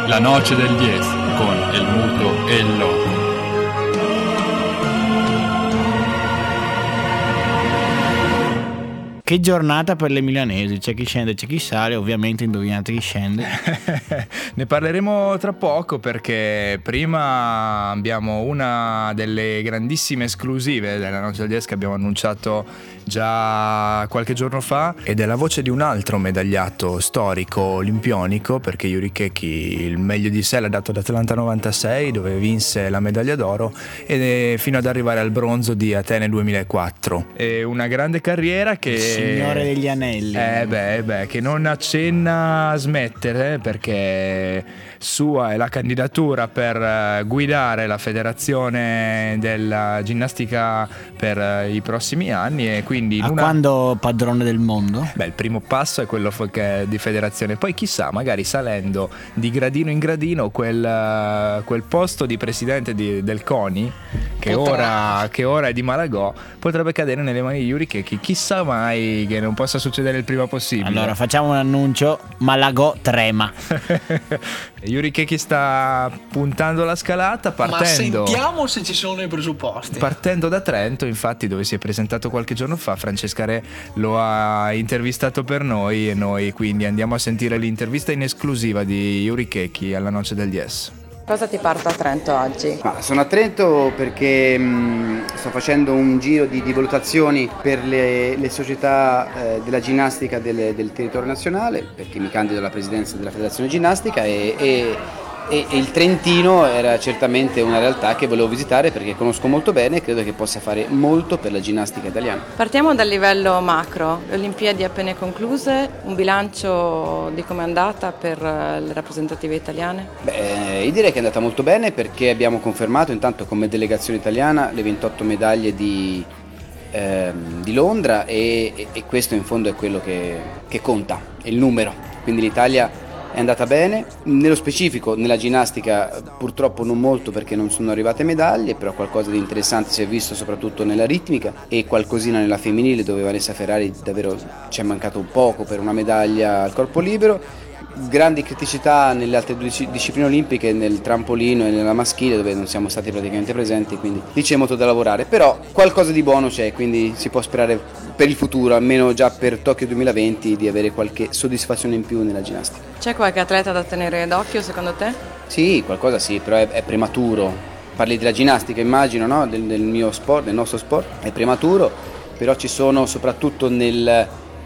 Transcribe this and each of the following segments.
La noce del 10 con El Muto e il Loco. Che giornata per le milanesi, c'è chi scende, c'è chi sale, ovviamente indovinate chi scende. Ne parleremo tra poco perché prima abbiamo una delle grandissime esclusive della Noce del 10 che abbiamo annunciato già qualche giorno fa, ed è la voce di un altro medagliato storico olimpionico, perché Yuri Kekki il meglio di sé l'ha dato ad Atlanta 96 dove vinse la medaglia d'oro e fino ad arrivare al bronzo di Atene 2004. È una grande carriera che... Signore degli Anelli. Che non accenna a smettere, perché sua è la candidatura per guidare la federazione della ginnastica per i prossimi anni, e quindi quando padrone del mondo? Il primo passo è quello di federazione, poi chissà, magari salendo di gradino in gradino quel posto di presidente del CONI che ora è di Malagò potrebbe cadere nelle mani di Yuri Kekki. Chissà mai che non possa succedere il prima possibile. Allora facciamo un annuncio: Malagò trema. Yuri Kekki sta puntando la scalata, partendo. Ma sentiamo se ci sono i presupposti. Partendo da Trento, infatti, dove si è presentato qualche giorno fa. Francesca Re lo ha intervistato per noi e noi quindi andiamo a sentire l'intervista in esclusiva di Yuri Kekki alla Noce del 10. Cosa ti porta a Trento oggi? Sono a Trento perché sto facendo un giro di valutazioni per le società della ginnastica del territorio nazionale, perché mi candido alla presidenza della Federazione Ginnastica e il Trentino era certamente una realtà che volevo visitare perché conosco molto bene e credo che possa fare molto per la ginnastica italiana. Partiamo dal livello macro, le Olimpiadi appena concluse, un bilancio di come è andata per le rappresentative italiane? Io direi che è andata molto bene perché abbiamo confermato intanto come delegazione italiana le 28 medaglie di Londra e questo in fondo è quello che conta, è il numero, quindi l'Italia è andata bene. Nello specifico nella ginnastica purtroppo non molto perché non sono arrivate medaglie, però qualcosa di interessante si è visto soprattutto nella ritmica e qualcosina nella femminile dove Vanessa Ferrari davvero ci è mancato poco per una medaglia al corpo libero. Grandi criticità nelle altre due discipline olimpiche, nel trampolino e nella maschile dove non siamo stati praticamente presenti, quindi lì c'è molto da lavorare, però qualcosa di buono c'è, quindi si può sperare per il futuro, almeno già per Tokyo 2020, di avere qualche soddisfazione in più nella ginnastica. C'è qualche atleta da tenere d'occhio secondo te? Sì, qualcosa sì, però è prematuro. Parli della ginnastica, immagino, no? del mio sport, del nostro sport, è prematuro, però ci sono soprattutto nella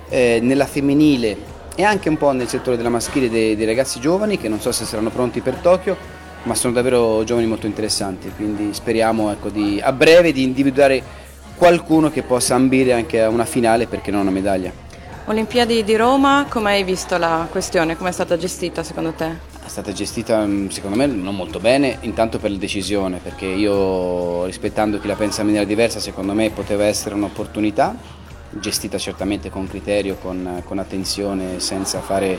femminile e anche un po' nel settore della maschile dei ragazzi giovani che non so se saranno pronti per Tokyo, ma sono davvero giovani molto interessanti, quindi speriamo a breve di individuare qualcuno che possa ambire anche a una finale, perché non una medaglia. Olimpiadi di Roma, come hai visto la questione, come è stata gestita secondo te? È stata gestita secondo me non molto bene, intanto per la decisione, perché io, rispettando chi la pensa in maniera diversa, secondo me poteva essere un'opportunità gestita certamente con criterio, con attenzione, senza fare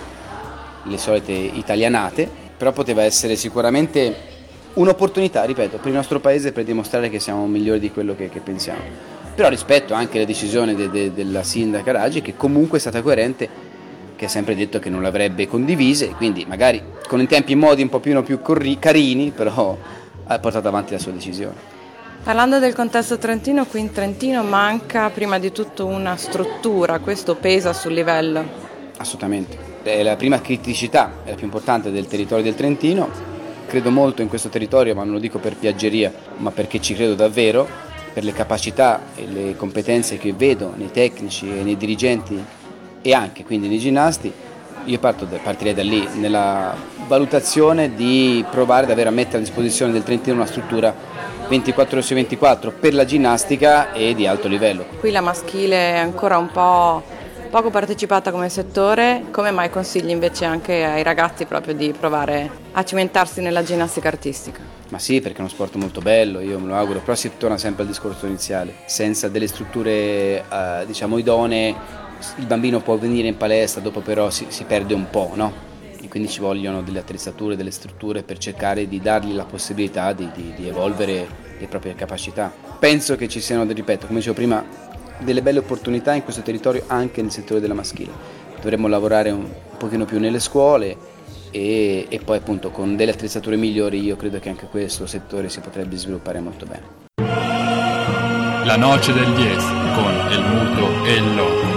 le solite italianate, però poteva essere sicuramente un'opportunità, ripeto, per il nostro paese, per dimostrare che siamo migliori di quello che pensiamo. Però rispetto anche la decisione della sindaca Raggi, che comunque è stata coerente, che ha sempre detto che non l'avrebbe condivise, quindi magari con i tempi e modi un po' più carini, però ha portato avanti la sua decisione. Parlando del contesto trentino, qui in Trentino manca prima di tutto una struttura, questo pesa sul livello? Assolutamente, è la prima criticità, è la più importante del territorio del Trentino. Credo molto in questo territorio, ma non lo dico per piaggeria, ma perché ci credo davvero, per le capacità e le competenze che vedo nei tecnici e nei dirigenti e anche quindi nei ginnasti. Io partirei da lì, nella valutazione di provare davvero a mettere a disposizione del Trentino una struttura 24 ore su 24 per la ginnastica e di alto livello. Qui la maschile è ancora un po' poco partecipata come settore, come mai consigli invece anche ai ragazzi proprio di provare a cimentarsi nella ginnastica artistica? Ma sì, perché è uno sport molto bello, io me lo auguro, però si torna sempre al discorso iniziale, senza delle strutture idonee il bambino può venire in palestra, dopo però si perde un po', no? E quindi ci vogliono delle attrezzature, delle strutture per cercare di dargli la possibilità di evolvere le proprie capacità. Penso che ci siano, ripeto, come dicevo prima, delle belle opportunità in questo territorio anche nel settore della maschile. Dovremmo lavorare un pochino più nelle scuole e poi appunto con delle attrezzature migliori io credo che anche questo settore si potrebbe sviluppare molto bene. La noce del 10 con el muto e el loco.